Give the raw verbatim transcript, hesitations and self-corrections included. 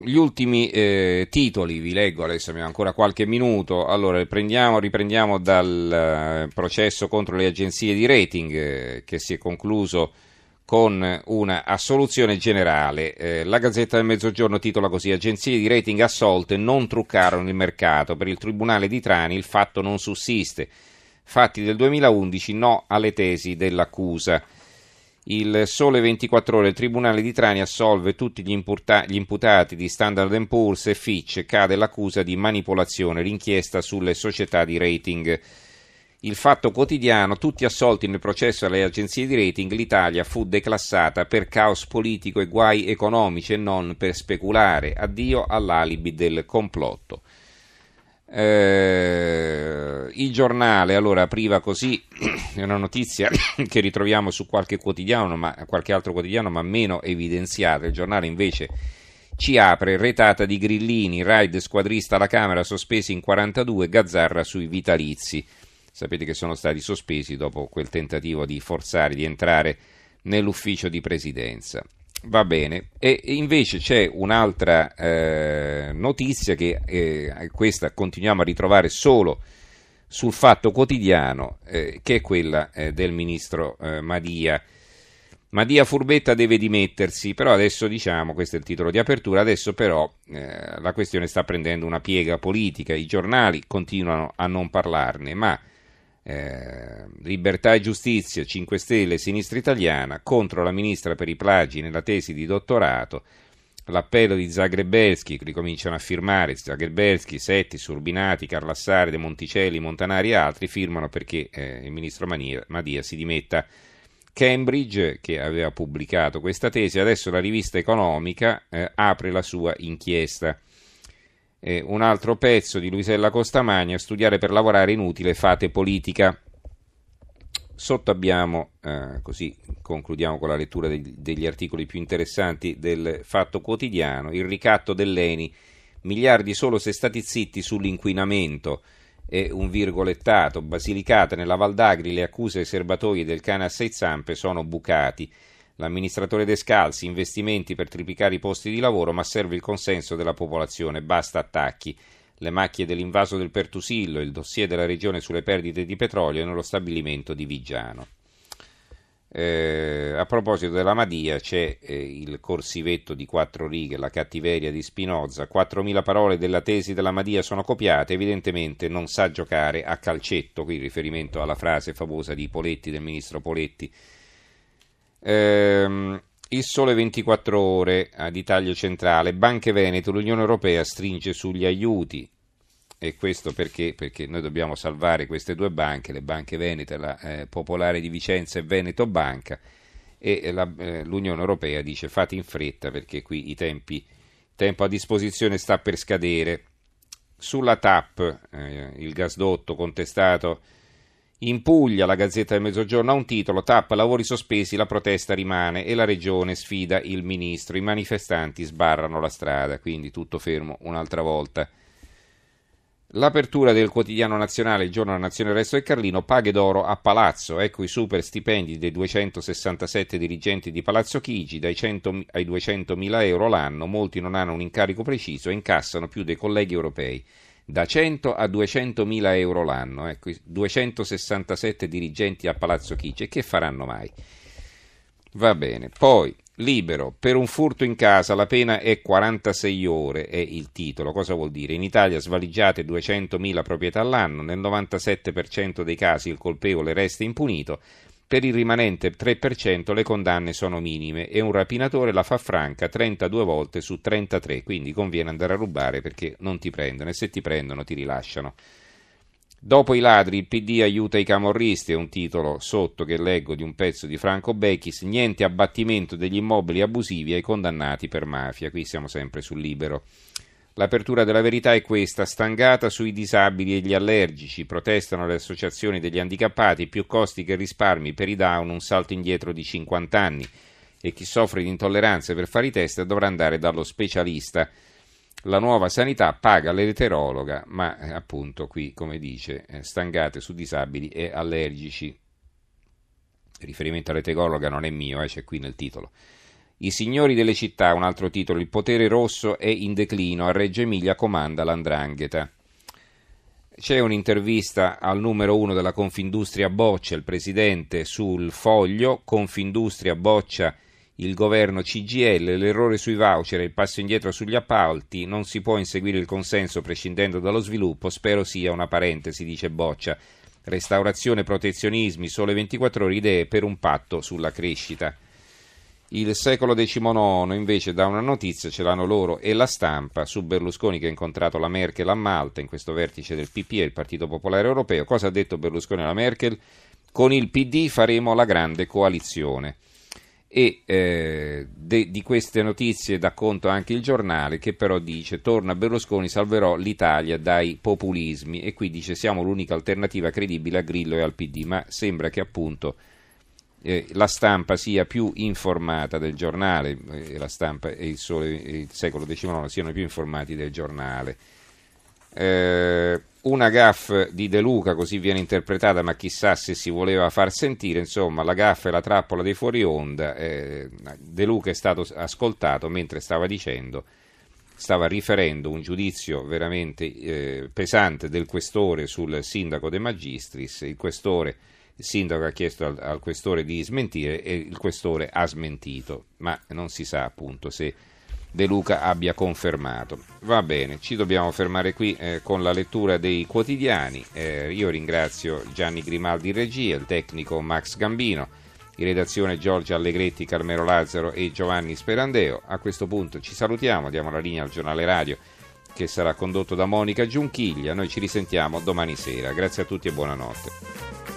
Gli ultimi eh, titoli vi leggo, adesso abbiamo ancora qualche minuto. Allora, prendiamo, riprendiamo dal eh, processo contro le agenzie di rating eh, che si è concluso con una assoluzione generale. Eh, la Gazzetta del Mezzogiorno titola così: agenzie di rating assolte non truccarono il mercato. Per il Tribunale di Trani il fatto non sussiste. Fatti del duemilaundici, no alle tesi dell'accusa. Il Sole ventiquattro Ore, il Tribunale di Trani assolve tutti gli, imputa- gli imputati di Standard and Poor's e Fitch, cade l'accusa di manipolazione, l'inchiesta sulle società di rating. Il Fatto Quotidiano, tutti assolti nel processo alle agenzie di rating, l'Italia fu declassata per caos politico e guai economici e non per speculare, addio all'alibi del complotto. Eh, il Giornale allora apriva così, è una notizia che ritroviamo su qualche quotidiano, ma qualche altro quotidiano, ma meno evidenziata. Il Giornale invece ci apre: retata di grillini, raid squadrista alla Camera, sospesi in quarantadue, Gazzarra sui vitalizi. Sapete che sono stati sospesi dopo quel tentativo di forzare di entrare nell'ufficio di presidenza. Va bene, e invece c'è un'altra eh, notizia che eh, questa continuiamo a ritrovare solo sul Fatto Quotidiano, eh, che è quella eh, del ministro eh, Madia. Madia furbetta deve dimettersi, però adesso diciamo, questo è il titolo di apertura, adesso però eh, la questione sta prendendo una piega politica, i giornali continuano a non parlarne, ma Eh, Libertà e Giustizia, cinque Stelle, Sinistra Italiana contro la ministra per i plagi nella tesi di dottorato. L'appello di Zagrebelsky, ricominciano a firmare Zagrebelsky, Setti, Surbinati, Carlassare, De Monticelli, Montanari e altri firmano perché eh, il ministro Mania, Madia si dimetta. Cambridge, che aveva pubblicato questa tesi, adesso la rivista economica eh, apre la sua inchiesta. Eh, un altro pezzo di Luisella Costamagna: studiare per lavorare inutile, fate politica. Sotto abbiamo, eh, così concludiamo con la lettura degli, degli articoli più interessanti del Fatto Quotidiano: il ricatto dell'Eni, miliardi solo se stati zitti sull'inquinamento, e un virgolettato: Basilicata, nella Val d'Agri le accuse ai serbatoi del cane a sei zampe sono bucati. L'amministratore Descalzi, investimenti per triplicare i posti di lavoro, ma serve il consenso della popolazione, basta attacchi. Le macchie dell'invaso del Pertusillo, il dossier della regione sulle perdite di petrolio nello stabilimento di Viggiano. Eh, a proposito della Madia, c'è eh, il corsivetto di quattro righe, la cattiveria di Spinoza: quattromila parole della tesi della Madia sono copiate, evidentemente non sa giocare a calcetto, qui riferimento alla frase famosa di Poletti, del ministro Poletti. Ehm, il Sole ventiquattro Ore ad Italia Centrale: Banche Venete, l'Unione Europea stringe sugli aiuti. E questo perché? Perché noi dobbiamo salvare queste due banche, le banche venete, la eh, Popolare di Vicenza e Veneto Banca, e la, eh, l'Unione Europea dice fate in fretta perché qui i tempi, il tempo a disposizione sta per scadere. Sulla T A P, eh, il gasdotto contestato in Puglia, la Gazzetta del Mezzogiorno ha un titolo: T A P, lavori sospesi, la protesta rimane e la regione sfida il ministro, i manifestanti sbarrano la strada, quindi tutto fermo un'altra volta. L'apertura del quotidiano nazionale, il Giorno della Nazione, il Resto del Carlino: paghe d'oro a Palazzo, ecco i super stipendi dei duecentosessantasette dirigenti di Palazzo Chigi, dai cento ai duecentomila euro l'anno, molti non hanno un incarico preciso e incassano più dei colleghi europei. Da cento a duecentomila euro l'anno, ecco, i duecentosessantasette dirigenti a Palazzo Chigi, e che faranno mai? Va bene, poi Libero: per un furto in casa la pena è quarantasei ore, è il titolo. Cosa vuol dire? In Italia svaligiate duecentomila proprietà all'anno, nel novantasette per cento dei casi il colpevole resta impunito, per il rimanente tre per cento le condanne sono minime e un rapinatore la fa franca trentadue volte su trentatré, quindi conviene andare a rubare perché non ti prendono, e se ti prendono ti rilasciano. Dopo i ladri il P D aiuta i camorristi, è un titolo sotto che leggo di un pezzo di Franco Bechis: niente abbattimento degli immobili abusivi ai condannati per mafia. Qui siamo sempre sul Libero. L'apertura della Verità è questa: stangata sui disabili e gli allergici, protestano le associazioni degli handicappati, più costi che risparmi per i down, un salto indietro di cinquanta anni, e chi soffre di intolleranze per fare i test dovrà andare dallo specialista. La nuova sanità paga l'eterologa, ma eh, appunto qui, come dice, eh, stangate su disabili e allergici. Il riferimento all'eterologa non è mio, eh, c'è qui nel titolo. I signori delle città, un altro titolo, il potere rosso è in declino, a Reggio Emilia comanda l'Andrangheta. C'è un'intervista al numero uno della Confindustria Boccia, il presidente sul Foglio, Confindustria boccia il governo C G I L, l'errore sui voucher e il passo indietro sugli appalti, non si può inseguire il consenso prescindendo dallo sviluppo, spero sia una parentesi, dice Boccia. Restaurazione, protezionismi, Sole ventiquattro ore, idee per un patto sulla crescita. Il Secolo diciannove invece dà una notizia, ce l'hanno loro e la Stampa, su Berlusconi che ha incontrato la Merkel a Malta in questo vertice del P P E, il Partito Popolare Europeo. Cosa ha detto Berlusconi alla Merkel? Con il P D faremo la grande coalizione. E eh, de, di queste notizie dà conto anche il Giornale, che però dice: torna Berlusconi, salverò l'Italia dai populismi, e qui dice siamo l'unica alternativa credibile a Grillo e al P D, ma sembra che appunto eh, la Stampa sia più informata del Giornale, eh, la Stampa e il Sole e il Secolo diciannove siano più informati del Giornale. Eh, una gaffe di De Luca, così viene interpretata, ma chissà se si voleva far sentire, insomma la gaffa e la trappola dei fuori onda. eh, De Luca è stato ascoltato mentre stava dicendo, stava riferendo un giudizio veramente eh, pesante del questore sul sindaco De Magistris. Il questore, il sindaco ha chiesto al, al questore di smentire e il questore ha smentito, ma non si sa appunto se De Luca abbia confermato. Va bene, ci dobbiamo fermare qui eh, con la lettura dei quotidiani. Eh, io ringrazio Gianni Grimaldi in regia, il tecnico Max Gambino, in redazione Giorgia Allegretti, Carmelo Lazzaro e Giovanni Sperandeo. A questo punto ci salutiamo, diamo la linea al giornale radio che sarà condotto da Monica Giunchiglia. Noi ci risentiamo domani sera. Grazie a tutti e buonanotte.